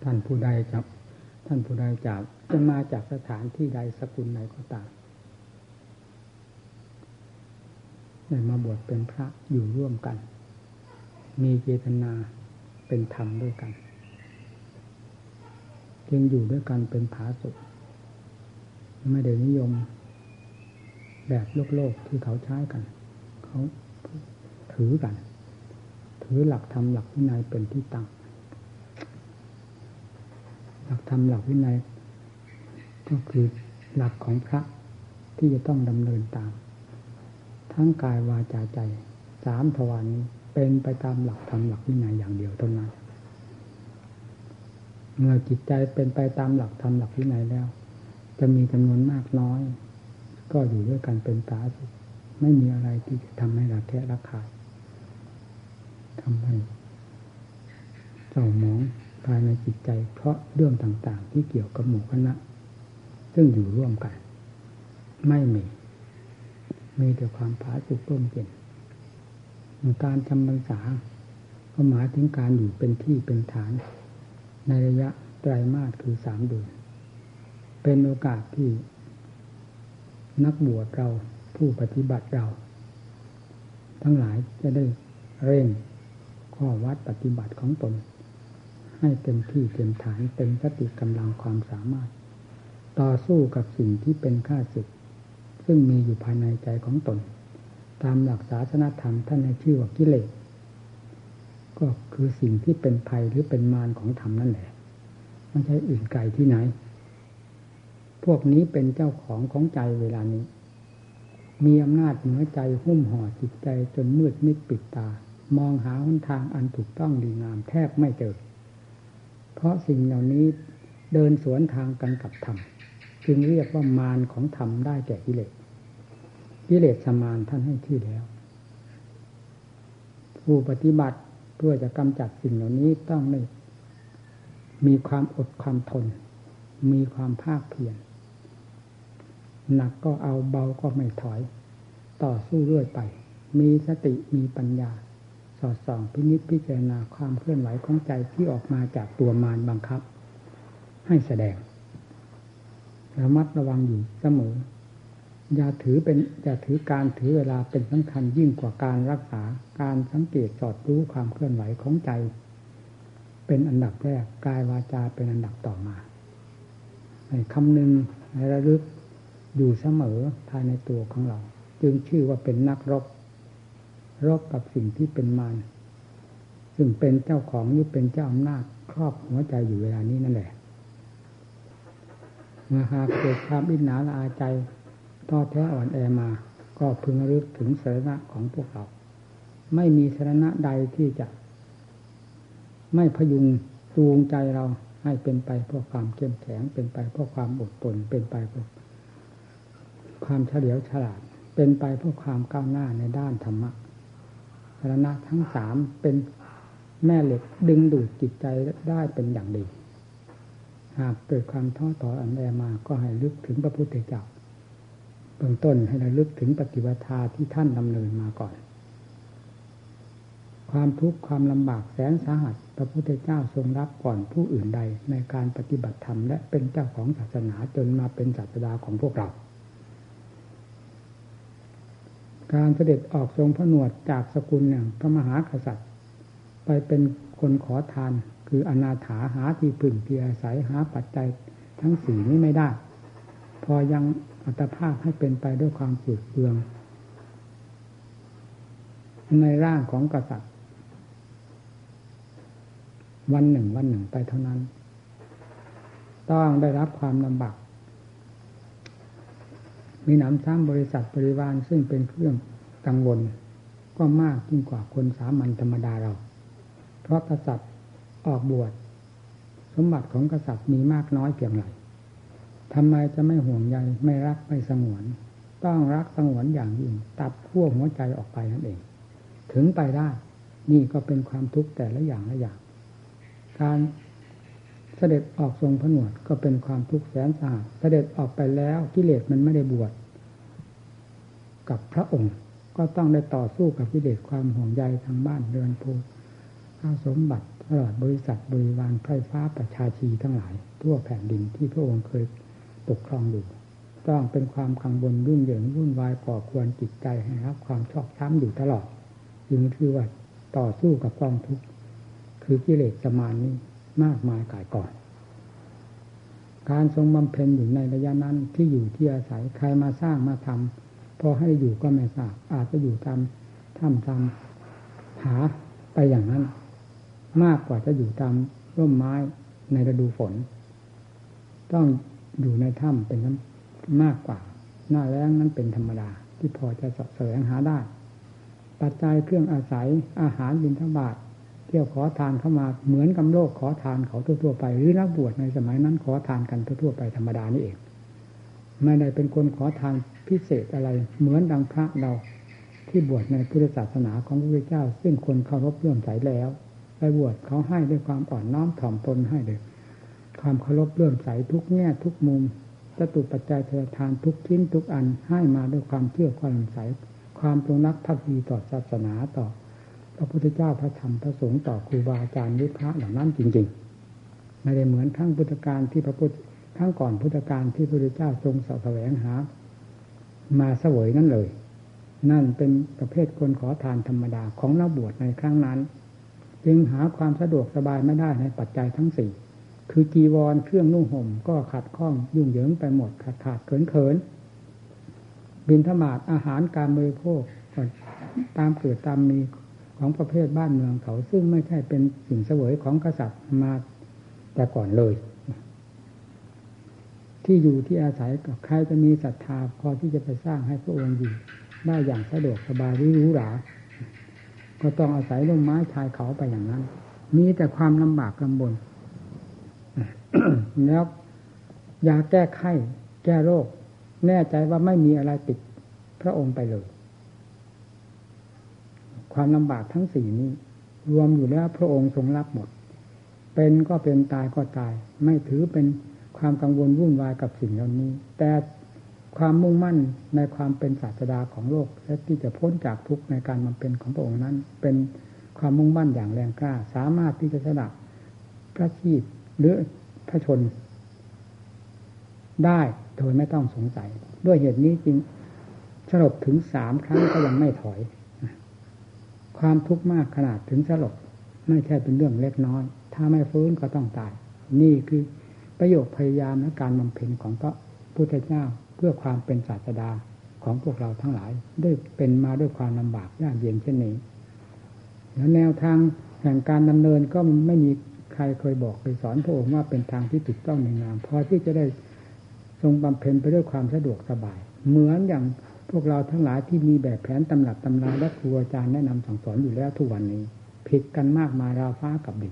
ท่านผู้ใดจะจะมาจากสถานที่ใดสกุลใดก็ตามได้มาบวชเป็นพระอยู่ร่วมกันมีเจตนาเป็นธรรมด้วยกันจึงอยู่ด้วยกันเป็นผาสุกไม่ได้นิยมแบบโลกที่เขาใช้กันเขาถือกันถือหลักธรรมหลักวินัยเป็นที่ตั้งหลักธรรมหลักวินัยก็คือหลักของพระที่จะต้องดำเนินตามทั้งกายวาจาใจสามทวารนี้เป็นไปตามหลักธรรมหลักวินัยอย่างเดียวเท่านั้นเมื่อจิตใจเป็นไปตามหลักธรรมหลักวินัยแล้วจะมีจำนวนมากน้อยก็อยู่ด้วยกันเป็นผาสุกไม่มีอะไรที่จะทำให้ระแคะระคายทำให้เศร้าหมองภายในจิตใจเพราะเรื่องต่างๆที่เกี่ยวกับหมู่คณะซึ่งอยู่ร่วมกันไม่มีแต่ความผาสุกร่มเย็นการจำพรรษาก็หมายถึงการอยู่เป็นที่เป็นฐานในระยะไตรมาสคือ3 เดือนเป็นโอกาสที่นักบวชเราผู้ปฏิบัติเราทั้งหลายจะได้เร่งข้อวัดปฏิบัติของตนให้เต็มที่เต็มฐานเต็มสติกำลังความสามารถต่อสู้กับสิ่งที่เป็นข้าศึกซึ่งมีอยู่ภายในใจของตนตามหลักศาสนธรรมท่านให้ชื่อว่ากิเลสก็คือสิ่งที่เป็นภัยหรือเป็นมารของธรรมนั่นแหละไม่ใช่อื่นไกลที่ไหนพวกนี้เป็นเจ้าของใจเวลานี้มีอำนาจเหนือใจหุ้มห่อจิตใจจนมืดมิดปิดตามองหาหนทางอันถูกต้องดีงามแทบไม่เจอเพราะสิ่งเหล่านี้เดินสวนทางกันกับธรรมจึงเรียกว่ามารของธรรมได้แก่กิเลสสมารท่านให้ชื่อแล้วผู้ปฏิบัติเพื่อจะกำจัดสิ่งเหล่านี้ต้องมีความอดความทนมีความภาคเพียรหนักก็เอาเบาก็ไม่ถอยต่อสู้เรื่อยไปมีสติมีปัญญาสอดส่องพินิจพิจารณาความเคลื่อนไหวของใจที่ออกมาจากตัวมารบังคับให้แสดงระมัดระวังอยู่เสมออย่าถือการถือเวลาเป็นสำคัญยิ่งกว่าการรักษาการสังเกตสอดรู้ความเคลื่อนไหวของใจเป็นอันดับแรกกายวาจาเป็นอันดับต่อมาให้คำนึงให้ระลึกอยู่เสมอภายในตัวของเราจึงชื่อว่าเป็นนักรบกับสิ่งที่เป็นมารซึ่งเป็นเจ้าของหรือเป็นเจ้าอำนาจครอบหัวใจอยู่เวลานี้นั่นแหละเมื่อหากเกิดความอิจฉาละอาใจท้อแท้อ่อนแอมาก็พึงระลึกถึงสรณะของพวกเราไม่มีสรณะใดที่จะไม่พยุงจูงใจเราให้เป็นไปเพื่อความเข้มแข็งเป็นไปเพื่อความอดทนเป็นไปเพื่อความเฉลียวฉลาดเป็นไปเพื่อความก้าวหน้าในด้านธรรมะสรณะทั้ง3เป็นแม่เหล็กดึงดูดจิตใจได้เป็นอย่างดีหากเกิดความท้อถอยอ่อนแอมาก็ให้ลึกถึงพระพุทธเจ้าเบื้องต้นให้ระลึกถึงปฏิปทาที่ท่านดำเนินมาก่อนความทุกข์ความลำบากแสนสาหัสพระพุทธเจ้าทรงรับก่อนผู้อื่นใดในการปฏิบัติธรรมและเป็นเจ้าของศาสนาจนมาเป็นศาสดาของพวกเราการเสด็จออกทรงพระนวดจากสกุลอย่างพระมหากษัตริย์ไปเป็นคนขอทานคืออนาถาหาที่พึ่งที่อาศัยหาปัจจัยทั้ง4นี้ไม่ได้พอยังอัตภาพให้เป็นไปด้วยความฝืดเคืองในร่างของกษัตริย์วันหนึ่งไปเท่านั้นต้องได้รับความลำบากมีหนำซ้ำบริษัทบริวารซึ่งเป็นเครื่องกังวลก็มากยิ่งกว่าคนสามัญธรรมดาเราเพราะกษัตริย์ออกบวชสมบัติของกษัตริย์มีมากน้อยเพียงไรทำไมจะไม่ห่วงใยไม่รักไม่สงวนต้องรักสงวนอย่างยิ่งตัดขั้วหัวใจออกไปนั่นเองถึงไปได้นี่ก็เป็นความทุกข์แต่ละอย่างการเสด็จออกทรงผนวดก็เป็นความทุกข์แสนสาหัสเสด็จออกไปแล้วกิเลสมันไม่ได้บวชกับพระองค์ก็ต้องได้ต่อสู้กับกิเลสความห่วงใยทางบ้านเรือนข้าสมบัติตลอดบริษัทบริวารไพร่ฟ้าประชาชีทั้งหลายทั่วแผ่นดินที่พระองค์เคยปกครองอยู่ต้องเป็นความกังวลรุ่งเหยิงวุ่นวายก่อควรจิตใจให้รับความชอกช้ำอยู่ตลอดจึงคือว่าต่อสู้กับกองทุกข์คือกิเลสมารนี้มากมายก่ายก่อนการทรงบำเพ็ญอยู่ในระยะนั้นที่อยู่ที่อาศัยใครมาสร้างมาทำพอให้อยู่ก็ไม่ทราบอาจจะอยู่ตามถ้ำตามผาไปอย่างนั้นมากกว่าจะอยู่ตามร่มไม้ในฤดูฝนต้องอยู่ในถ้ำเป็นนั้นมากกว่าหน้าแล้งนั้นเป็นธรรมดาที่พอจะเสาะแสวงหาได้ปัจจัยเครื่องอาศัยอาหารบิณฑบาตเที่ยวขอทานเข้ามาเหมือนกับโลกขอทานเขาทั่วๆไปหรือนักบวชในสมัยนั้นขอทานกันทั่วๆไปธรรมดานี่เองไม่ได้เป็นคนขอทานพิเศษอะไรเหมือนดังพระเราที่บวชในพุทธศาสนาของพระพุทธเจ้าซึ่งคนเคารพเลื่อมใสแล้วไปบวชเขาให้ด้วยความอ่อนน้อมถ่อมตนให้ด้วยความเคารพเลื่อมใสทุกแง่ทุกมุมจตุปัจจัยทานทุกชิ้นทุกอันให้มาด้วยความเชื่อความเลื่อมใสความจงรักภักดีต่อศาสนาต่อพระพุทธเจ้าพระธรรมพระสงฆ์ต่อครูบาอาจารย์หรือพระเหล่านั้นจริงๆไม่ได้เหมือนทั้งพุทธกาลที่พระพุทธทั้งก่อนพุทธกาลที่พระพุทธเจ้าทรงแสวงหามาเสวยนั่นเลยนั่นเป็นประเภทคนขอทานธรรมดาของนักบวชในครั้งนั้นจึงหาความสะดวกสบายไม่ได้ในปัจจัยทั้งสี่คือจีวรเครื่องนุ่งห่มก็ขัดข้องยุ่งเหยิงไปหมดขาดเขินบิณฑบาตอาหารการบริโภคตามเกิดตามมีของประเภทบ้านเมืองเขาซึ่งไม่ใช่เป็นสิ่งเสวยของกษัตริย์มาแต่ก่อนเลยที่อยู่ที่อาศัยกับใครจะมีศรัทธาพอที่จะไปสร้างให้พระองค์อยู่ได้อย่างสะดวกสบายหรูหราก็ต้องอาศัยร่มไม้ชายเขาไปอย่างนั้นมีแต่ความลำบากลำบน แล้วยาแก้ไข้แก้โรคแน่ใจว่าไม่มีอะไรติดพระองค์ไปเลยความลำบากทั้งสี่นี้รวมอยู่แล้วพระองค์ทรงรับหมดเป็นก็เป็นตายก็ตายไม่ถือเป็นความกังวลวุ่นวายกับสิ่งเหล่านี้แต่ความมุ่งมั่นในความเป็นศาสดาของโลกและที่จะพ้นจากทุกข์ในการบำเพ็ญของพระองค์นั้นเป็นความมุ่งมั่นอย่างแรงกล้าสามารถที่จะสละพระชีพหรือพระชนได้โดยไม่ต้องสงสัยด้วยเหตุนี้จริงสลบถึง3 ครั้งก็ยังไม่ถอยความทุกข์มากขนาดถึงสลบไม่ใช่เป็นเรื่องเล็กน้อยถ้าไม่ฟื้นก็ต้องตายนี่คือประโยชน์พยายามและการบำเพ็ญของพระพุทธเจ้าเพื่อความเป็นศาสดาของพวกเราทั้งหลายได้เป็นมาด้วยความลำบากยากเย็นเช่นนี้แล้วแนวทางแห่งการดำเนินก็ไม่มีใครเคยบอกเคยสอนพระองค์ว่าเป็นทางที่ถูกต้องในงามพอที่จะได้ทรงบำเพ็ญไปด้วยความสะดวกสบายเหมือนอย่างพวกเราทั้งหลายที่มีแบบแผนตำรับตำราและครูอาจารย์แนะนำสั่งสอนอยู่แล้วทุกวันนี้ผิดกันมากมายราวฟ้ากับดิน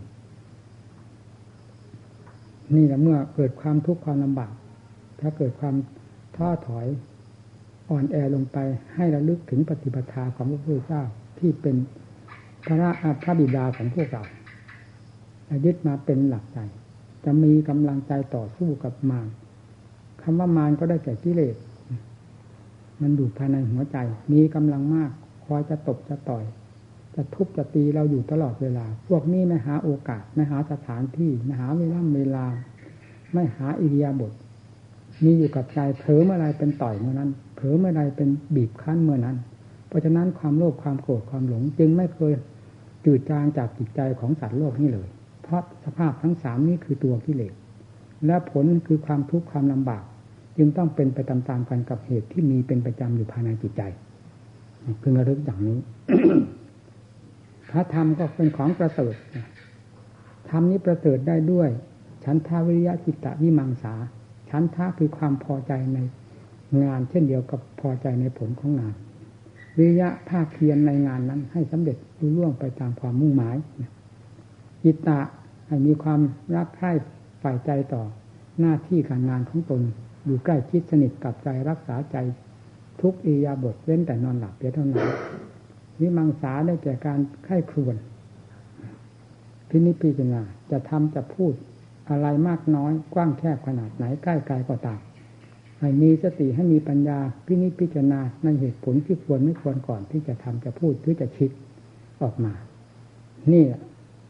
นี่แหละเมื่อเกิดความทุกข์ความลำบากถ้าเกิดความท้อถอยอ่อนแอลงไปให้ระลึกถึงปฏิปทาของพระพุทธเจ้าที่เป็นพระบิดาของพวกเรายึดมาเป็นหลักใจจะมีกำลังใจต่อสู้กับมารคำว่ามารก็ได้แก่กิเลสมันอยู่ภายในหัวใจมีกำลังมากคอยจะตบจะต่อยจะทุบจะตีเราอยู่ตลอดเวลาพวกนี้ไม่หาโอกาสไม่หาสถานที่ไม่หาเวลาไม่หาอิริยาบถมีอยู่กับใจเผลอเมื่อไรเป็นต่อยเมื่อนั้นเผลอเมื่อไรเป็นบีบคั้นเมื่อนั้นเพราะฉะนั้นความโลภความโกรธความหลงจึงไม่เคยจืดจางจากจิตใจของสัตว์โลกนี้เลยเพราะสภาพทั้ง3นี้คือตัวกิเลสและผลคือความทุกข์ความลำบากจึงต้องเป็นไปตามๆกันกับเหตุที่มีเป็นประจำอยู่ภายในจิตใจพึงระลึกอย่างนี้ พระธรรมก็เป็นของประเสริฐธรรมนี้ประเสริฐได้ด้วยฉันทาวิริยะจิตตวิมังสาฉันทะคือความพอใจในงานเช่นเดียวกับพอใจในผลของงานวิริยะภาคเพียรในงานนั้นให้สำเร็จรุ่ล่วงไปตามความมุ่งหมายจิตตะให้มีความรักใคร่ฝ่ายใจต่อหน้าที่การงานของตนอยู่ใกล้ชิดสนิทกับใจรักษาใจทุกอิริยาบถเว้นแต่นอนหลับเพียงเท่านั้นวิมังสาได้แก่การไข้ครวญพินิจพิจารณาจะทำจะพูดอะไรมากน้อยกว้างแคบขนาดไหนใกล้ไกลก็ตามให้มีสติให้มีปัญญาพินิจพิจารณาในเหตุผลที่ควรไม่ควรก่อนที่จะทำจะพูดหรือจะคิดออกมานี่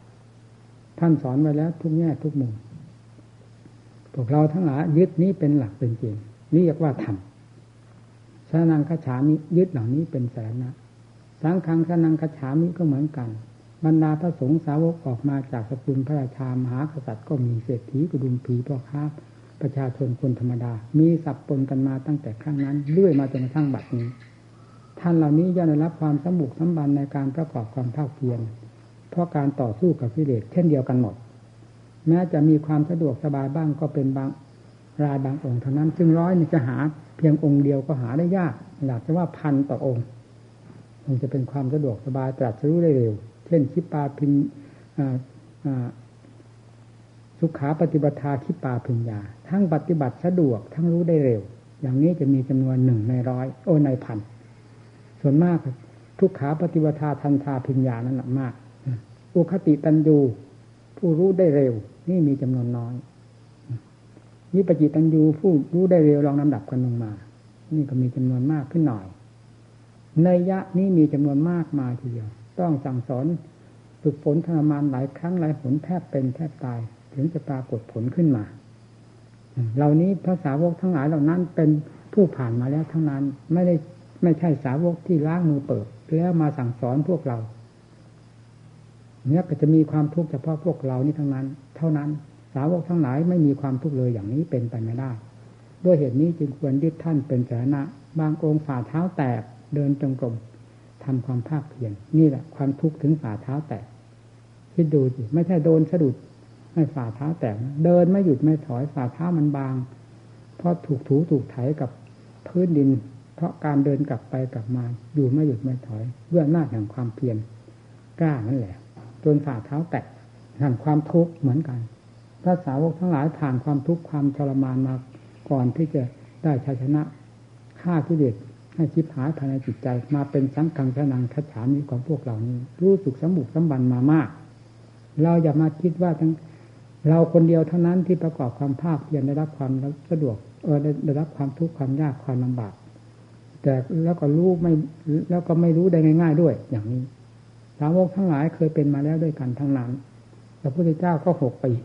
ท่านสอนไว้แล้วทุกแง่ทุกมุมพวกเราทั้งหลายยึดนี้เป็นหลักเป็นเกณฑ์นี่เรียกว่าธรรมสรณังคัจฉามิยึดเหล่านี้เป็นสรณะสังฆังสรณังคัจฉามิก็เหมือนกันบรรดาพระสงฆ์สาวกออกมาจากสกุลพระราชามหากษัตริย์ก็มีเศรษฐีกุดุมพีพ่อค้าประชาชนคนธรรมดามีสับปนกันมาตั้งแต่ครั้งนั้นเรื่อยมาจนกระทั่งบัดนี้ท่านเหล่านี้ย่อมได้รับความสมบุกสมบันในการประกอบความภาคเพียรเพราะการต่อสู้กับกิเลสเช่นเดียวกันหมดแม้จะมีความสะดวกสบายบ้างก็เป็นบางรายบางองค์เท่านั้นซึ่งร้อยนี่จะหาเพียงองค์เดียวก็หาได้ยากหลักจะว่าพันต่อองค์คงจะเป็นความสะดวกสบายตรัสรู้ได้เร็วเช่นคิปาพิมสุขาปฏิบัติคิปาพิญญาทั้งปฏิบัติสะดวกทั้งรู้ได้เร็วอย่างนี้จะมีจำนวน1 ใน 100ในพันส่วนมากทุกขาปฏิบัติทันทาพิญญานั่นแหละมากอุคติตันยูผู้รู้ได้เร็วนี่มีจำนวนน้อยวิปจิตันยูผู้รู้ได้เร็วลองลำดับกันลงมานี่ก็มีจำนวนมากขึ้นหน่อยนัยยะนี้มีจำนวนมากมาทีเดียวต้องสั่งสอนฝึกฝนทรมานหลายครั้งหลายหนแทบเป็นแทบตายถึงจะปรากฏผลขึ้นมาเหล่านี้พระสาวกทั้งหลายเหล่านั้นเป็นผู้ผ่านมาแล้วทั้งนั้นไม่ใช่สาวกที่ล้างมือเปิดแล้วมาสั่งสอนพวกเราเนี่ยก็จะมีความทุกข์เฉพาะพวกเรานี่ทั้งนั้นเท่านั้นสาวกทั้งหลายไม่มีความทุกข์เลยอย่างนี้เป็นไปไม่ได้ด้วยเหตุนี้จึงควรยึดท่านเป็นสรณะบางองค์ฝ่าเท้าแตกเดินจงกรมทำความภาคเพียรนี่แหละความทุกข์ถึงฝ่าเท้าแตกคิดดูสิไม่ใช่โดนสะดุดให้ฝ่าเท้าแตกเดินไม่หยุดไม่ถอยฝ่าเท้ามันบางเพราะถูกถูถูกไถกับพื้นดินเพราะการเดินกลับไปกลับมาอยู่ไม่หยุดไม่ถอยด้วยอำนาจแห่งความเพียรกล้านั่นแหละจนฝ่าเท้าแตกนั่นความทุกข์เหมือนกันพระสาวกทั้งหลายผ่านความทุกข์ความทรมานมาก่อนที่จะได้ชัยชนะฆ่ากิเลสให้ชิบหายภายในจิตใจมาเป็นสังฆังสรณังคัจฉามิของพวกเรานี้รู้สึกสมบุกสมบันมามากเราอย่ามาคิดว่าทั้งเราคนเดียวเท่านั้นที่ประกอบความภาคเพียรได้รับความสะดวกได้รับความทุกข์ความยากความลำบากแต่แล้วก็รู้ไม่แล้วก็ไม่รู้ได้ง่ายๆด้วยอย่างนี้สาวกทั้งหลายเคยเป็นมาแล้วด้วยกันทั้งนั้นพระพุทธเจ้าก็6 ปี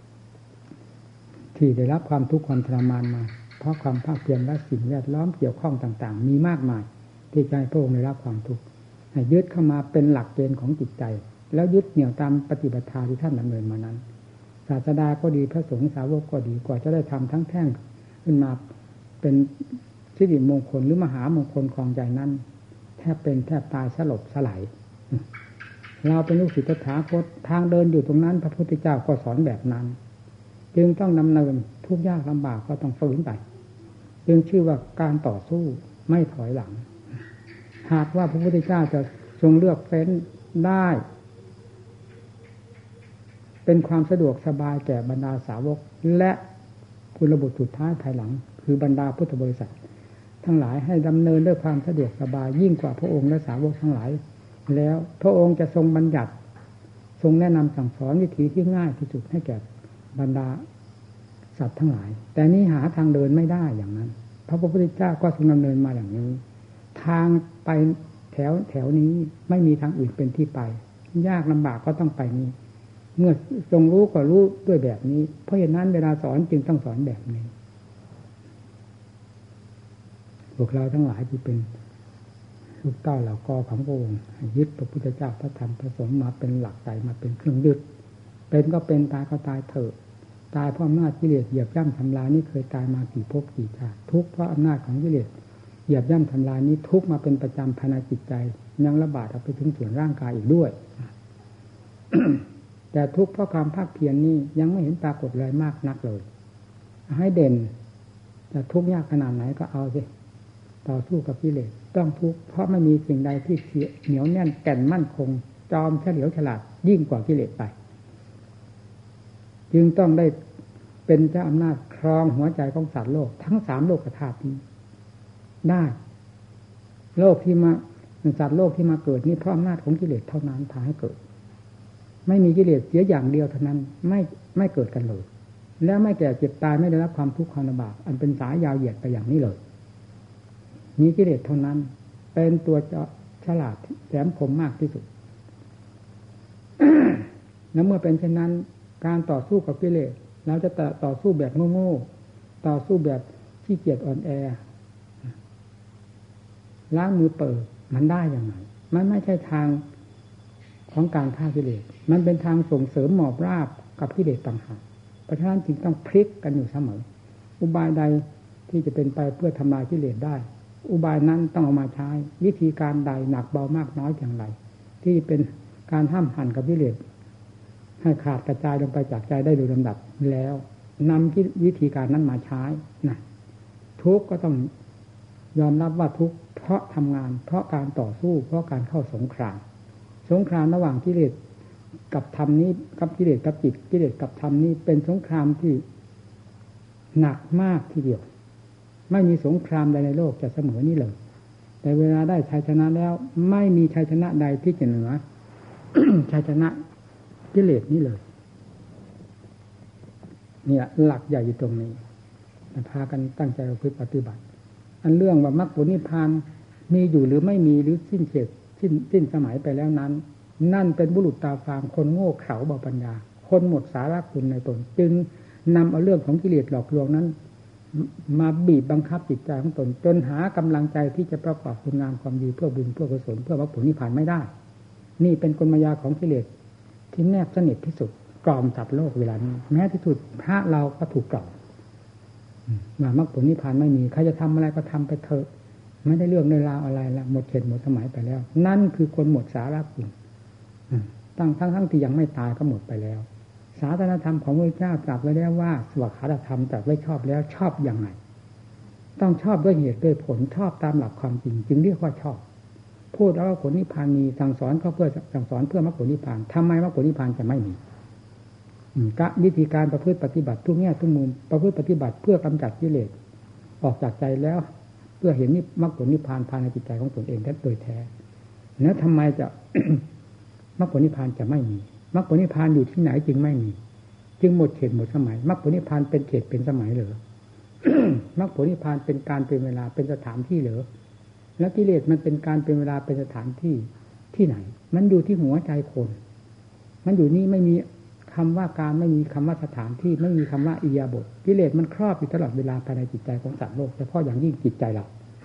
ที่ได้รับความทุกข์ความทรมานมาเพราะความภาคเพียรและสิ่งแวดล้อมเกี่ยวข้องต่างๆมีมากมายที่ใจพระองค์ได้รับความทุกข์ให้ยึดเข้ามาเป็นหลักเกณฑ์ของจิตใจแล้วยึดเหนี่ยวตามปฏิบัติธรรมที่ท่านดำเนินมานั้นศาสดาก็ดีพระสงฆ์สาวกก็ดีกว่าจะได้ทำทั้งแท่งขึ้นมาเป็นสิริมงคลหรือมหามงคลของใจนั้นแทบเป็นแทบตายสลบสลายเราเป็นลูกศิษย์ตถาคตทางเดินอยู่ตรงนั้นพระพุทธเจ้าก็สอนแบบนั้นจึงต้องดำเนินทุกข์ยากลำบากก็ต้องฝืนไปจึงชื่อว่าการต่อสู้ไม่ถอยหลังหากว่าพระพุทธเจ้าจะทรงเลือกเฟ้นได้เป็นความสะดวกสบายแก่บรรดาสาวกและกุลบุตรสุดท้ายภายหลังคือบรรดาพุทธบริษัททั้งหลายให้ดำเนินด้วยความสะดวกสบายยิ่งกว่าพระองค์และสาวกทั้งหลายแล้วพระองค์จะทรงบัญญัติทรงแนะนำสั่งสอนวิธีที่ง่ายที่สุดให้แก่บรรดาสัตว์ทั้งหลายแต่นี้หาทางเดินไม่ได้อย่างนั้นพระพุทธเจ้าก็ทรงดำเนินมาอย่างนี้ทางไปแถวนี้ไม่มีทางอื่นเป็นที่ไปยากลำบากก็ต้องไปนี้เมื่อทรงรู้ก็รู้ด้วยแบบนี้เพราะฉะนั้นเวลาสอนจึงต้องสอนแบบนี้พวกเราทั้งหลายที่เป็นลูกเต้าเหล่ากอของพระองค์ยึดพระพุทธเจ้าพระธรรมพระสงฆ์มาเป็นหลักใจมาเป็นเครื่องยึดเป็นก็เป็นตายก็ตายเถอะตายเพราะอำนาจกิเลสเหยียบย่ำทำลายนี่เคยตายมากี่ภพกี่ชาติทุกเพราะอำนาจของกิเลสเหยียบย่ำทำลายนี้ทุกมาเป็นประจำภายในจิตใจยังระบาดออกไปถึงส่วนร่างกายอีกด้วย แต่ทุกเพราะความภาคเพียรนี้ยังไม่เห็นปรากฏเลยมากนักเลยให้เด่นจะทุกข์ยากขนาดไหนก็เอาสิต่อสู้กับกิเลสต้องทุกข์เพราะไม่มีสิ่งใดที่เหนียวแน่นแก่นมั่นคงจอมเฉลียวฉลาดยิ่งกว่ากิเลสไปจึงต้องได้เป็นเจ้าอำนาจครองหัวใจของสัตว์โลกทั้ง3โลกธาตุนี้ได้โลกที่มาสัตว์โลกที่มาเกิดนี่เพราะอำนาจของกิเลสเท่านั้นพาให้เกิดไม่มีกิเลสเสียอย่างเดียวเท่านั้นไม่เกิดกันเลยแล้วไม่แก่เจ็บตายไม่ได้รับความทุกข์ความลำบากอันเป็นสายยาวเหยียดไปอย่างนี้เลยมีกิเลสเท่านั้นเป็นตัวฉลาดแหลมคมมากที่สุดแล้วเมื่อเป็นเช่นนั้นการต่อสู้กับกิเลสเราจะต่อสู้แบบโง่ๆต่อสู้แบบขี้เกียจอ่อนแอล้างมือเปิดมันได้อย่างไรมันไม่ใช่ทางของการฆ่ากิเลสมันเป็นทางส่งเสริมหมอบราบกับกิเลสต่างหากเพราะฉะนั้นจึงต้องพลิกกันอยู่เสมออุบายใดที่จะเป็นไปเพื่อทำลายกิเลสได้อุบายนั้นต้องเอามาใช้วิธีการใดหนักเบามากน้อยอย่างไรที่เป็นการห้ามหันกับกิเลสให้ขาดกระจายลงไปจากใจได้โดยลำดับแล้วนำวิธีการนั้นมาใช้นะทุกข์ก็ต้องยอมรับว่าทุกข์เพราะทำงานเพราะการต่อสู้เพราะการเข้าสงครามระหว่างกิเลสกับธรรมนี้กับกิเลสกับจิตกิเลสกับธรรมนี้เป็นสงครามที่หนักมากทีเดียวไม่มีสงครามใดในโลกจะเสมอนี่เลยแต่เวลาได้ชัยชนะแล้วไม่มีชัยชนะใดที่จะเหนือ ชัยชนะกิเลสนี่เลยเนี่ยหลักใหญ่อยู่ตรงนี้พากันตั้งใจเอาปฏิบัติอันเรื่องว่ามรรคผลนิพพานมีอยู่หรือไม่มีหรือสิ้นเขตสิ้นสมัยไปแล้วนั้นนั่นเป็นบุรุษตาฟางคนโง่เขลาเบาปัญญาคนหมดสาระคุณในตนจึงนำเอาเรื่องของกิเลสหลอกลวงนั้นมาบีบบังคับจิตใจของตนจนหากำลังใจที่จะประกอบคุณงามความดีเพื่อบุญเพื่อกุศลเพื่อมรรคผลนิพพานไม่ได้นี่เป็นกลมายาของกิเลสที่แนบสนิทที่สุดกล่อมจับโลกเวลานี้แม้ที่สุดพระเราก็ถูกกล่อมมามรรคผลนิพพานไม่มีใครจะทำอะไรก็ทำไปเถอะไม่ได้เรื่องในราวอะไรละหมดเขตหมดสมัยไปแล้วนั่นคือคนหมดสาระคุณทั้งที่ยังไม่ตายก็หมดไปแล้วศาสนธรรมของพระเจ้าตรัสไว้แล้วว่าสวขาธรรมตรัสไว้ชอบแล้วชอบอย่างไรต้องชอบด้วยเหตุด้วยผลชอบตามหลักความจริงจึงเรียกว่าชอบพูดแล้วว่าผลนิพพานมีสั่งสอนก็เพื่อสั่งสอนเพื่อมรรคผลนิพพานทำไมมรรคผลนิพพานจะไม่มีวิธีการประพฤติปฏิบัติทุกแง่ทุกมุมประพฤติปฏิบัติเพื่อกำจัดกิเลสออกจากใจแล้วเพื่อเห็นมรรคผลนิพพานภายในจิตใจของตนเองโดยแท้แล้วทำไมจะ มรรคผลนิพพานจะไม่มีมรรคผลนิพพานอยู่ที่ไหนจึงไม่มีจึงหมดเขตหมดสมัยมรรคผลนิพพานเป็นเขตเป็นสมัยเหรอ มรรคผลนิพพานเป็นการเป็นเวลาเป็นสถานที่เหรอแล้วกิเลสมันเป็นการเป็นเวลาเป็นสถานที่ที่ไหนมันอยู่ที่หัวใจคนมันอยู่นี่ไม่มีคำว่าการไม่มีคำว่าสถานที่ไม่มีคำว่าอิริยาบถกิเลสมันครอบอยู่ตลอดเวลาภายในจิตใจของสัตว์โลกเฉพาะอย่างยิ่งจิตใจเรา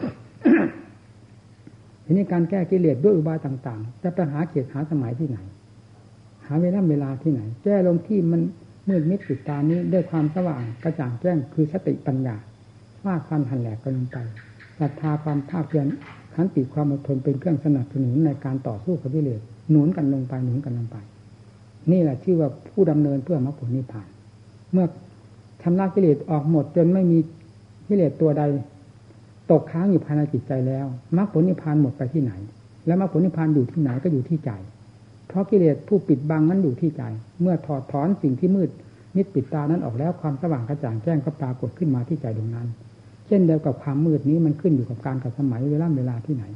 ทีนี้การแก้กิเลสด้วยอุบายต่างๆจะไปหาเขตหาสมัยที่ไหนหาเวลาที่ไหนแก้ลงที่มันมืดมิดปิดตานี้ด้วยความสว่างกระจ่างแจ้งคือสติปัญญาว่าความหันแหลกกันลงไปศรัทธาความภาคเพียรขันติความอดทนเป็นเครื่องสนับสนุนในการต่อสู้กับกิเลสหนุนกันลงไปนี่แหละชื่อว่าผู้ดำเนินเพื่อมรรคผลนิพพานเมื่อชำระกิเลสออกหมดจนไม่มีกิเลสตัวใดตกค้างอยู่ภายในจิตใจแล้วมรรคผลนิพพานหมดไปที่ไหนแล้วมรรคผลนิพพานอยู่ที่ไหนก็อยู่ที่ใจเพราะกิเลสผู้ปิดบังนั้นอยู่ที่ใจเมื่อถอดถอนสิ่งที่มืดมิดปิดตานั้นออกแล้วความสว่างกระจ่างแจ้งก็ปรากฏขึ้นมาที่ใจดวงนั้นเช่นเดียวกับความมืดนี้มันขึ้นอยู่กับการกับสมัยเวลาที่ไหน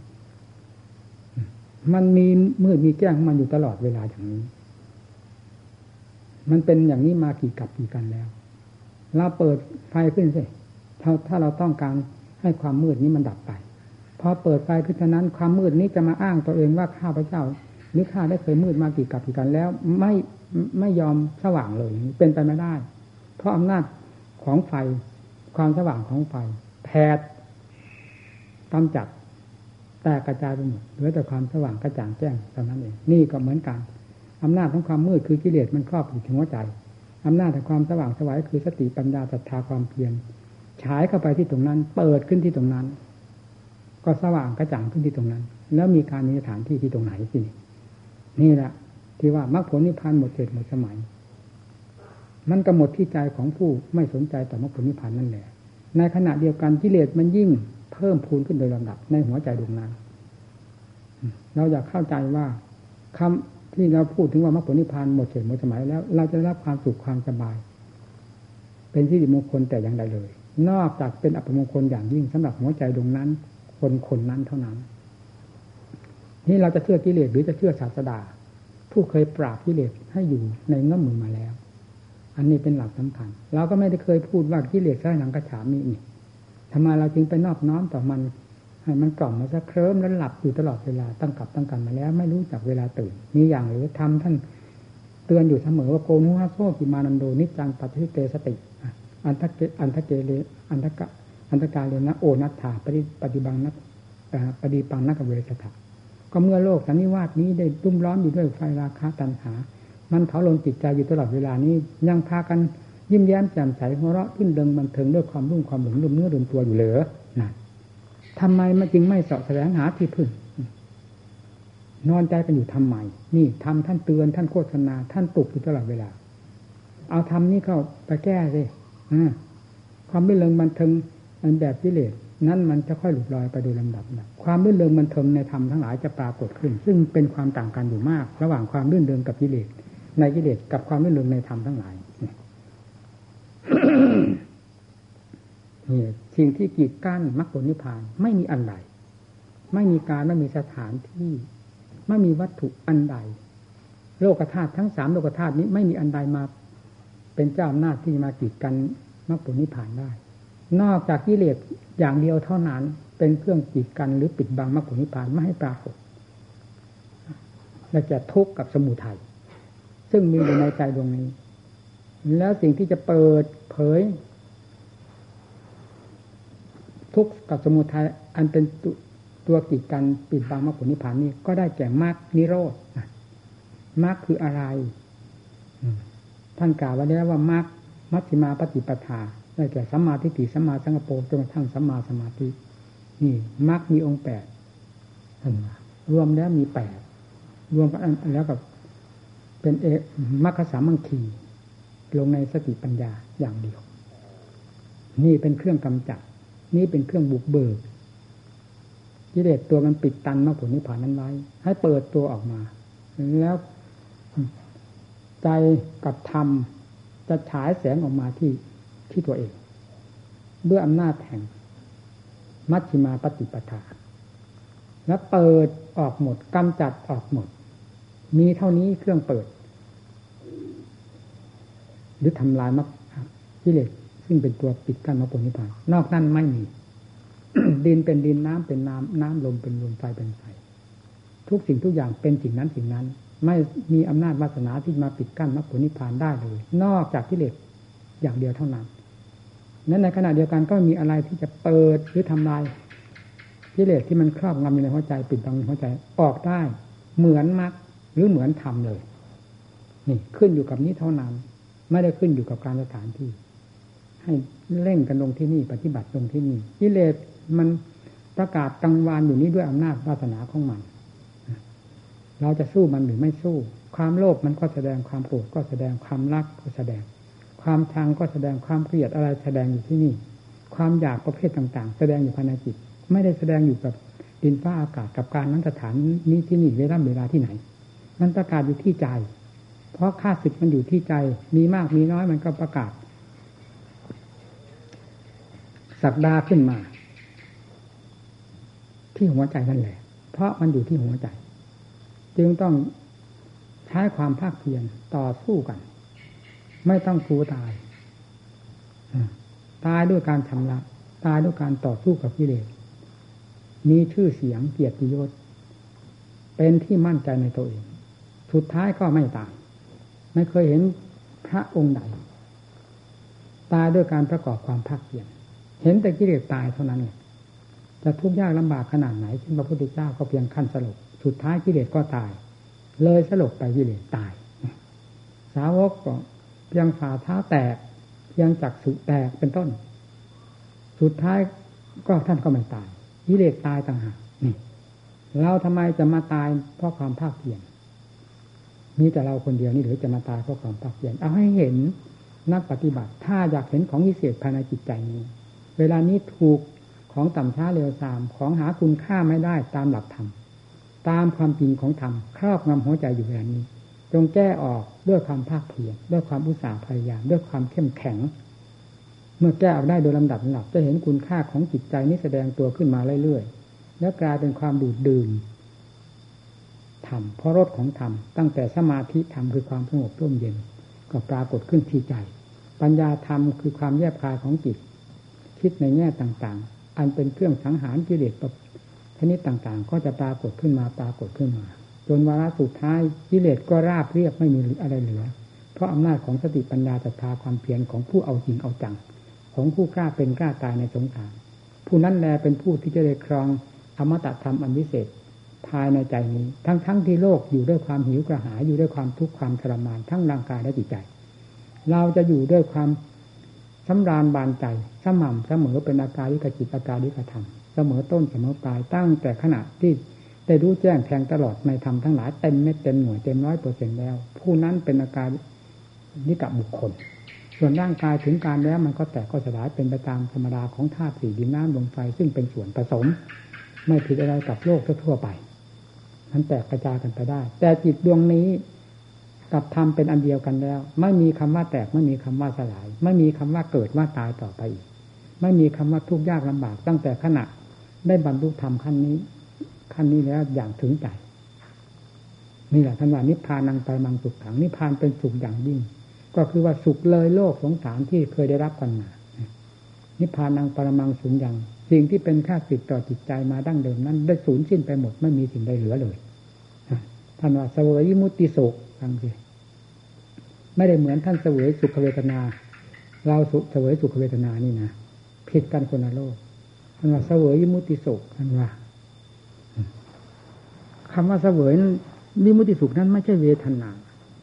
มันมีมืดมีแจ้งของมันอยู่ตลอดเวลาอย่างนี้มันเป็นอย่างนี้มากี่กับกี่กันแล้วเราเปิดไฟขึ้นสิถ้าเราต้องการให้ความมืดนี้มันดับไปพอเปิดไฟขึ้นเท่านั้นความมืดนี้จะมาอ้างตัวเองว่าข้าพเจ้าหรือข้าได้เคยมืดมากี่กับกี่กันแล้วไม่ยอมสว่างเลยเป็นไปไม่ได้เพราะอำนาจของไฟความสว่างของไฟแผดกำจัดแตกกระจายไปหมดเหลือแต่ความสว่างกระจ่างแจ้งเท่านั้นเองนี่ก็เหมือนกันอำนาจของความมืดคือกิเลสมันครอบอยู่ที่หัวใจอำนาจของความสว่างไสวคือสติปัญญาศรัทธาความเพียรฉายเข้าไปที่ตรงนั้นเปิดขึ้นที่ตรงนั้นก็สว่างกระจ่างขึ้นที่ตรงนั้นแล้วมีการมีสถานที่ที่ตรงไหนสินี่แหละที่ว่ามรรคผลนิพพานหมดเขตหมดสมัยมันก็หมดที่ใจของผู้ไม่สนใจต่อมรรคผลนิพพานนั่นแหละในขณะเดียวกันกิเลสมันยิ่งเพิ่มพูนขึ้นโดยลำดับในหัวใจดวงนั้นเราอยากเข้าใจว่าคำที่เราพูดถึงว่ามรรคผลนิพพานหมดเขตหมดสมัยแล้วเราจะได้รับความสุขความสบายเป็นที่มงคลแต่อย่างใดเลยนอกจากเป็นอัปมงคลอย่างยิ่งสำหรับหัวใจดวงนั้นคนนั้นเท่านั้นนี่เราจะเชื่อกิเลสหรือจะเชื่อศาสดาผู้เคยปราบกิเลสให้อยู่ในเงื้อมมือมาแล้วอันนี้เป็นหลักสำคัญเราก็ไม่ได้เคยพูดว่ากิเลสสร้างหนังกระฉามนี่ทำไมเราจึงไปนอบน้อมต่อมันให้มันกล่อมมาซะเคลิ้มแล้วหลับอยู่ตลอดเวลาตั้งกับตั้งกันมาแล้วไม่รู้จักเวลาตื่นมีอย่างหรือทำท่านตือนอยู่เสมอว่าโกนุหะโซกิมานันโดนิจจังปัจจิเตสติอันทะเกเลอันทกาเลนะโอนัตถาปฏิบังนักปฏิปังนักเวสถะก็เมื่อโลกสันนิวาสนี้ได้รุ่มร้อนอยู่ด้วยไฟราคะตัณหามันเผาลนจิตใจอยู่ตลอดเวลานี้ยังพากันยิ้มแย้มแจ่มใสหัวเราะขึ้นเดิงบันเทิงด้วยความรุ่งความหลงลืมเนื้อลืมตัวอยู่เหลือนั่นทำไมมันจึงไม่เสาะแสวงหาที่พึ่งนอนใจกันอยู่ทำไมนี่ทำท่านเตือนท่านโฆษณาท่านปลุกอยู่ตลอดเวลาเอาทำนี้เข้าไปแก้สิความรื่นเริงบันเทิงอันแบบกิเลสนั้นมันจะค่อยหลุดลอยไปโดยลำดับนะความรื่นเริงบันเทิงในธรรมทั้งหลายจะปรากฏขึ้นซึ่งเป็นความต่างกันอยู่มากระหว่างความรื่นเริงกับกิเลสในกิเลสกับความรื่นเริงในธรรมทั้งหลายนี่สิ่งที่กีดกั้นมรรคผลนิพพานไม่มีอันใดไม่มีการไม่มีสถานที่ไม่มีวัตถุอันใดโลกธาตุทั้งสามโลกธาตุนี้ไม่มีอันใดมาเป็นเจ้าอำนาจที่มากีดกันมรรคผลนิพพานได้นอกจากกิเลสอย่างเดียวเท่านั้นเป็นเครื่องกีดกันหรือปิดบังมรรคผลนิพพานไม่ให้ปรากฏและจะทุกข์กับสมุทัยซึ่งมีอยู่ในใจดวงนี้แล้วสิ่งที่จะเปิดเผยทุกข์กับสมุทัยอันเป็นตัวกีดกันปิดบังมรรคผลนิพพานนี้ก็ได้แก่มรรคนิโรธมรรคคืออะไรท่านกล่าวไว้แล้วว่ามรรคมัชฌิมาปฏิปทาได้แก่สัมมาทิฏฐิสัมมาสังกัปโปจนกระทั่งสัมมาสมาธินี่มรรคมีองค์8รวมแล้วมี8รวมกันแล้วกับเป็นมรรคสามัคคีลงในสติปัญญาอย่างเดียวนี่เป็นเครื่องกำจัดนี่เป็นเครื่องบุกเบิกกิเลสตัวมันปิดตันมรรคผลนิพพานนั้นไว้ให้เปิดตัวออกมาแล้วใจกับธรรมจะฉายแสงออกมาที่ตัวเองด้วยอำนาจแห่งมัชฌิมาปฏิปทาและเปิดออกหมดกำจัดออกหมดมีเท่านี้เครื่องเปิดหรือทำลายมรรคกิเลสซึ่งเป็นตัวปิดกั้นมรรคผลนิพพานนอกนั้นไม่มี ดินเป็นดินน้ำเป็นน้ำน้ำลมเป็นลมไฟเป็นไฟทุกสิ่งทุกอย่างเป็นสิ่งนั้นสิ่งนั้นไม่มีอำนาจวาสนาที่มาปิดกั้นมรรคผลนิพพานได้เลยนอกจากกิเลสอย่างเดียวเท่านั้นนั้นในขณะเดียวกันก็มีอะไรที่จะเปิดหรือทำลายกิเลสที่มันครอบงำอยู่ในหัวใจปิดบังในหัวใจออกได้เหมือนมรรคหรือเหมือนธรรมเลยนี่ขึ้นอยู่กับนี้เท่านั้นไม่ได้ขึ้นอยู่กับการสถานที่ให้เร่งกันลงที่นี่ปฏิบัติลงที่นี่กิเลสมันประกาศกังวานอยู่นี้ด้วยอำนาจวาสนาของมันเราจะสู้มันหรือไม่สู้ความโลภมันก็แสดงความโกรธก็แสดงความรักก็แสดงความชังก็แสดงความเกลียดอะไรแสดงอยู่ที่นี่ความอยากประเภทต่างๆแสดงอยู่ภายในจิตไม่ได้แสดงอยู่กับดินฟ้าอากาศกับการนั้นสถานนี้ที่นี่เวลาที่ไหนมันประกาศอยู่ที่ใจเพราะข้าศึกมันอยู่ที่ใจมีมากมีน้อยมันก็ประกาศศักดาขึ้นมาที่หัวใจนั่นแหละเพราะมันอยู่ที่หัวใจจึงต้องใช้ความภาคเพียรต่อสู้กันไม่ต้องกลัวตายตายด้วยการชำระตายด้วยการต่อสู้กับกิเลสมีชื่อเสียงเกียรติยศเป็นที่มั่นใจในตัวเองสุดท้ายก็ไม่ตายไม่เคยเห็นพระองค์ใดตายด้วยการประกอบความภาคเพียรเห็นแต่กิเลสตายเท่านั้นจะทุกข์ยากลำบากขนาดไหนเช่นพระพุทธเจ้าก็เพียงขั้นสลบสุดท้ายกิเลสก็ตายเลยสลบไปกิเลสตายสาวกก็เพียงฝ่าเท้าแตกเพียงจักษุแตกเป็นต้นสุดท้ายก็ท่านก็ไม่ตายกิเลสตายต่างหากนี่เราทำไมจะมาตายเพราะความภาคเพียรมีแต่เราคนเดียวนี่หรือจะมาตายเพราะความภาคเพียรเอาให้เห็นนักปฏิบัติถ้าอยากเห็นของวิเศษภายในจิตใจนี้เวลานี้ถูกของต่ำช้าเร็วทรามของหาคุณค่าไม่ได้ตามหลักธรรมตามความจริงของธรรมครอบงำหัวใจอยู่เวลานี้จงแก้ออกด้วยความภาคเพียรด้วยความอุตสาห์พยายามด้วยความเข้มแข็งเมื่อแก้ออกได้โดยลำดับจะเห็นคุณค่าของจิตใจนี้แสดงตัวขึ้นมาเรื่อยๆแล้วกลายเป็นความดูดดื่มธรรมเพราะรสของธรรมตั้งแต่สมาธิธรรมคือความสงบร่มเย็นก็ปรากฏขึ้นที่ใจปัญญาธรรมคือความแยบคายของจิตคิดในแง่ต่างๆอันเป็นเครื่องสังหารกิเลสชนิดต่างๆก็จะปรากฏขึ้นมาจจนวาระสุดท้ายกิเลสก็ราบเรียบไม่มีอะไรเหลือเพราะอำนาจของสติปัญญาศรัทธาความเพียรของผู้เอาจริงเอาจังของผู้กล้าเป็นกล้าตายในสงครามผู้นั้นแลเป็นผู้ที่จะได้ครองอมตะธรรมอันวิเศษภายในใจนี้ทั้งที่โลกอยู่ด้วยความหิวกระหายอยู่ด้วยความทุกข์ความทรมานทั้งร่างกายและจิตใจเราจะอยู่ด้วยความสำราญบานใจสม่ำเสมอเป็นอาการลิกจิตอาการลิกธรรมเสมอต้นเสมอปลายตั้งแต่ขณะที่ได้รู้แจ้งแทงตลอดในธรรมทั้งหลายเต็มเม็ดเต็มหน่วยเต็ม100%แล้วผู้นั้นเป็นอาการนิกะบุคคลส่วนร่างกายถึงการแล้วมันก็แตกก็สลายเป็นไปตามธรรมดาของธาตุสี่ดินน้ำลมไฟซึ่งเป็นส่วนผสมไม่ผิดอะไรกับโลกทั่วไปมันแตกกระจายกันไปได้แต่จิตดวงนี้กับธรรมเป็นอันเดียวกันแล้วไม่มีคำว่าแตกไม่มีคำว่าสลายไม่มีคำว่าเกิดว่าตายต่อไปอีกไม่มีคำว่าทุกข์ยากลำบากตั้งแต่ขณะได้บรรลุธรรมขั้นนี้แล้วอย่างถึงใจนี่แหละท่านว่านิพพานังปรมังสุขขังนิพพานเป็นสุขอย่างยิ่งก็คือว่าสุขเลยโลกสงสารที่เคยได้รับกันมานิพพานังปรมังสุญญังสิ่งที่เป็นข้าศึกต่อจิตใจมาดั้งเดิมนั้นได้สูญสิ้นไปหมดไม่มีสิ่งใดเหลือเลยท่านว่าเสวยวิมุตติสุขฟังสิไม่ได้เหมือนท่านเสวยสุขเวทนาเราเสวยสุขเวทนานี่นะผิดกันคนละโลกท่านว่าเสวยวิมุตติสุขท่านว่าคำว่าเสวยวิมุตติสุขนั้นไม่ใช่เวทนา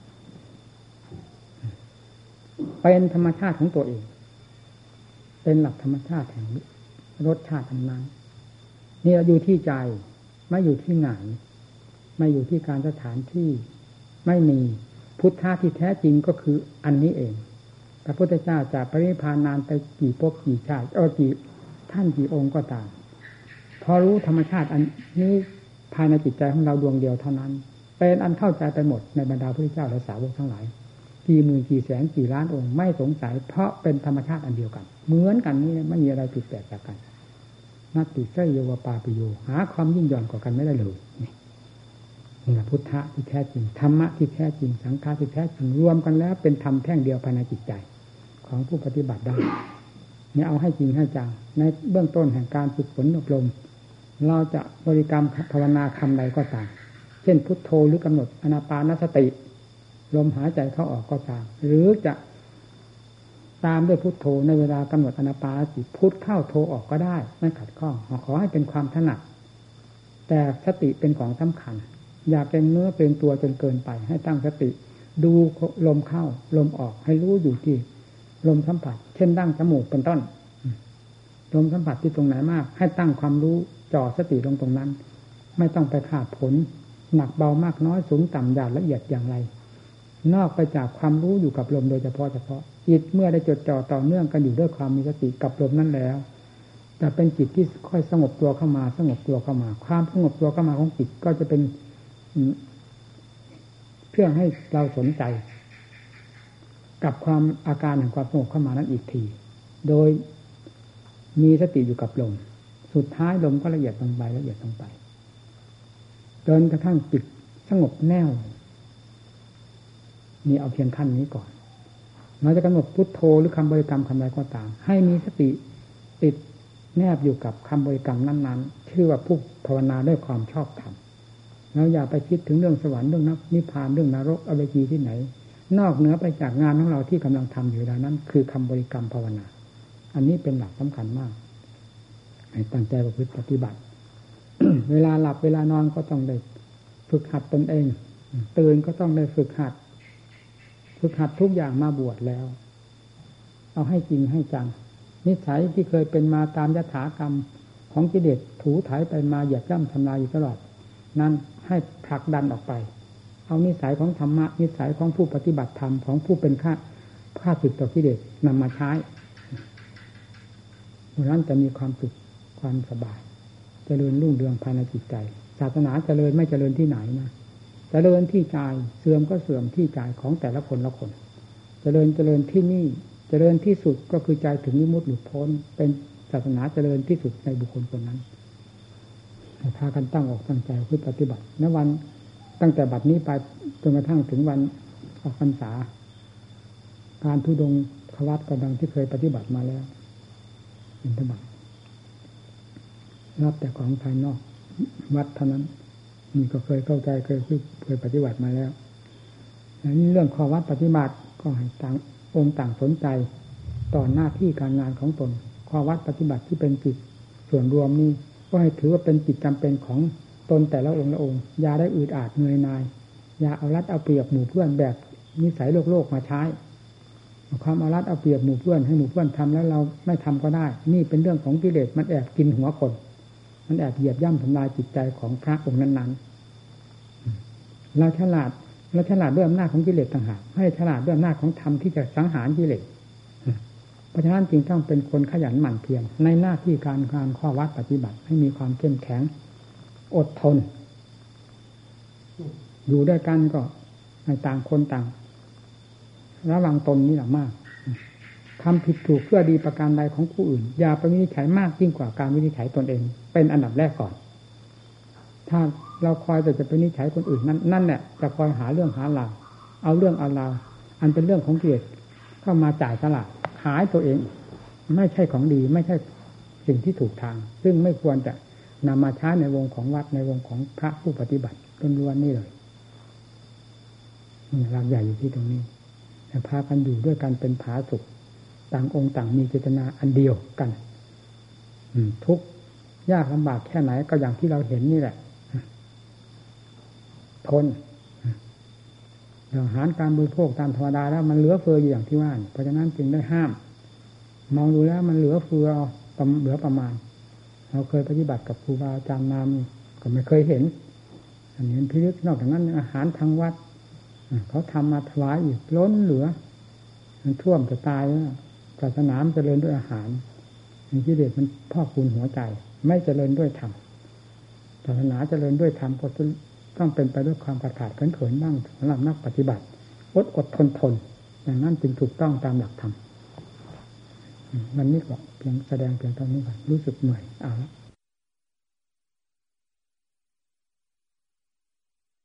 เป็นธรรมชาติของตัวเองเป็นหลักธรรมชาติแห่งรสชาติทั้งนั้นนี่อยู่ที่ใจไม่อยู่ที่ไหนไม่อยู่ที่การสถานที่ไม่มีพุทธะที่แท้จริงก็คืออันนี้เองพระพุทธเจ้าจะปรินิพพานนานไปกี่ภพกี่ชาติกี่ท่านกี่องค์ก็ตามพอรู้ธรรมชาติอันนี้ภายในจิตใจของเราดวงเดียวเท่านั้นเป็นอันเข้าใจไปหมดในบรรดาพระพุทธเจ้าและสาวกทั้งหลายกี่หมื่นกี่แสนกี่ล้านองค์ไม่สงสัยเพราะเป็นธรรมชาติอันเดียวกันเหมือนกันนี่ไม่มีอะไรผิดแปลกจากกันนัตติเสยโยวปาปิโยหาความยิ่งหย่อนกว่ากันไม่ได้เลยนี่แหละพุทธะที่แท้จริงธรรมะที่แท้จริงสังฆะที่แท้จริงรวมกันแล้วเป็นธรรมแท่งเดียวภายในจิตใจของผู้ปฏิบัติได้เนี่ยเอาให้จริงให้จังในเบื้องต้นแห่งการฝึกฝนอบรมเราจะบริกรรมภาวนาคำใดก็ตามเช่นพุทโธหรือกำหนดอานาปานสติลมหายใจเข้าออกก็ตามหรือจะตามด้วยพุทโธในเวลากำหนดอานาปานสติพุทเข้าโธออกก็ได้ไม่ขัดข้องขอให้เป็นความถนัดแต่สติเป็นของสำคัญอย่าเป็นเนื้อเป็นตัวจนเกินไปให้ตั้งสติดูลมเข้าลมออกให้รู้อยู่ที่ลมสัมผัสเช่นดั้งจมูกเป็นต้นลมสัมผัสที่ตรงไหนมากให้ตั้งความรู้จ่อสติลงตรงนั้นไม่ต้องไปคาดผลหนักเบามากน้อยสูงต่ำหยาบละเอียดอย่างไรนอกไปจากความรู้อยู่กับลมโดยเฉพาะจิตเมื่อได้จดจ่อต่อเนื่องกันอยู่ด้วยความมีสติกับลมนั้นแล้วจะเป็นจิตที่ค่อยสงบตัวเข้ามาสงบตัวเข้ามาความสงบตัวเข้ามาของจิตก็จะเป็นเพื่อให้เราสนใจกับความอาการแห่งความสงบเข้ามานั้นอีกทีโดยมีสติอยู่กับลมสุดท้ายลมก็ละเอียดลงไปละเอียดลงไปจนกระทั่งจิตสงบแน่วนี่เอาเพียงขั้นนี้ก่อนเราจะกำหนดพุทโธหรือคำบริกรรมคำใดก็ตามให้มีสติติดแนบอยู่กับคำบริกรรมนั้นๆชื่อว่าผู้ภาวนาด้วยความชอบธรรมเราอย่าไปคิดถึงเรื่องสวรรค์เรื่องนิพพานเรื่องนรกอเวจีที่ไหนนอกเหนือไปจากงานของเราที่กำลังทำอยู่แล้วนั้นคือคำบริกรรมภาวนาอันนี้เป็นหลักสำคัญมากให้ตั้งใจประพฤติปฏิบัติ เวลาหลับเวลานอนก็ต้องได้ฝึกหัดตนเองตื่นก็ต้องได้ฝึกหัดทุกอย่างมาบวชแล้วเอาให้จริงให้จังนิสัยที่เคยเป็นมาตามยถากรรมของกิเลสถูถ่ายไปมาเหยียบย่ำทำลายอยู่ตลอดนั้นให้ผลักดันออกไปเอานิสัยของธรรมะนิสัยของผู้ปฏิบัติธรรมของผู้เป็นข้าศึกต่อกิเลสนำมาใช้เพราะนั้นจะมีความสุขความสบายเจริญรุ่งเรืองภายในจิตใจศาสนาเจริญไม่เจริญที่ไหนนะเจริญที่ใจเสื่อมก็เสื่อมที่ใจของแต่ละคนละคนเจริญที่นี่เจริญที่สุดก็คือใจถึงวิมุตติหลุดพ้นเป็นศาสนาเจริญที่สุดในบุคคลคนนั้นพากันตั้งอกตั้งใจเพื่อปฏิบัติณวันตั้งแต่บัดนี้ไปจนกระทั่งถึงวันออกพรรษาการธุดงค์ควัตรกำลังที่เคยปฏิบัติมาแล้วเป็นธรรมรับแต่ของภายนอกวัดเท่านั้นนี่ก็เคยเข้าใจเคยปฏิบัติมาแล้วอันนี้เรื่องข้อวัดปฏิบัติก็ให้ต่างองค์ต่างสนใจต่อหน้าที่การงานของตนข้อวัดปฏิบัติที่เป็นจิตส่วนรวมนี่ก็ให้ถือว่าเป็นจิตจำเป็นของตนแต่ละองค์ละองค์อย่าได้อืดอาดเหนื่อยหน่ายอย่าเอารัดเอาเปรียบหมู่เพื่อนแบบนิสัยโลกมาใช้ความเอารัดเอาเปรียบหมู่เพื่อนให้หมู่เพื่อนทำแล้วเราไม่ทำก็ได้นี่เป็นเรื่องของกิเลสมันแอบกินหัวคนมันแอบเหยียบย่ำทำลายจิตใจของพระองค์นั้นๆเราฉลาดด้วยอำนาจของกิเลสต่างหากให้ฉลาดด้วยอำนาจของธรรมที่จะสังหารกิเลสเพราะฉะนั้นจึงต้องเป็นคนขยันหมั่นเพียรในหน้าที่การงานข้อวัดปฏิบัติให้มีความเข้มแข็งอดทนอยู่ด้วยกันก็ให้ต่างคนต่างระวังตนนี่แหละมากทำผิดถูกเพื่อดีประการใดของผู้อื่นอย่าไปวินิจฉัยมากยิ่งกว่าการวินิจฉัยตนเองเป็นอันดับแรกก่อนถ้าเราคอยแต่จะไปวินิจฉัยคนอื่นนั่นแหละจะคอยหาเรื่องหาราวเอาเรื่องเอาราวอันเป็นเรื่องของกิเลสเข้ามาจ่ายตลาดขายตัวเองไม่ใช่ของดีไม่ใช่สิ่งที่ถูกทางซึ่งไม่ควรจะนำมาใช้ในวงของวัดในวงของพระผู้ปฏิบัติล้วนๆนี่เลยหลักใหญ่อยู่ที่ตรงนี้แต่พากันอยู่ด้วยกันเป็นผาสุกต่างองค์ต่างมีเจตนาอันเดียวกันทุกยากลำบากแค่ไหนก็อย่างที่เราเห็นนี่แหละทนอาหารการบริโภคตามธรรมดาแล้วมันเหลือเฟืออยู่อย่างที่ว่าเพราะฉะนั้นจึงได้ห้ามมองดูแล้วมันเหลือเฟือเหลือประมาณเราเคยปฏิบัติกับครูบาอาจารย์มาก็ไม่เคยเห็นอันนี้พิลึกนอกจากนั้นอาหารทางวัดเขาทำมาถวายอีกล้นเหลือมันท่วมจะตายแล้วศาสนาเจริญด้วยอาหารกิเลสมันพอกพูนหัวใจไม่เจริญด้วยธรรมศาสนาเจริญด้วยธรรมก็ต้องเป็นไปด้วยความขาดเขินบ้างสำหรับนักปฏิบัติอดทนอย่างนั้นจึงถูกต้องตามหลักธรรมวันนี้ก็เพียงแสดงเพียงเท่านี้ก่อนรู้สึกเหนื่อยเอาละ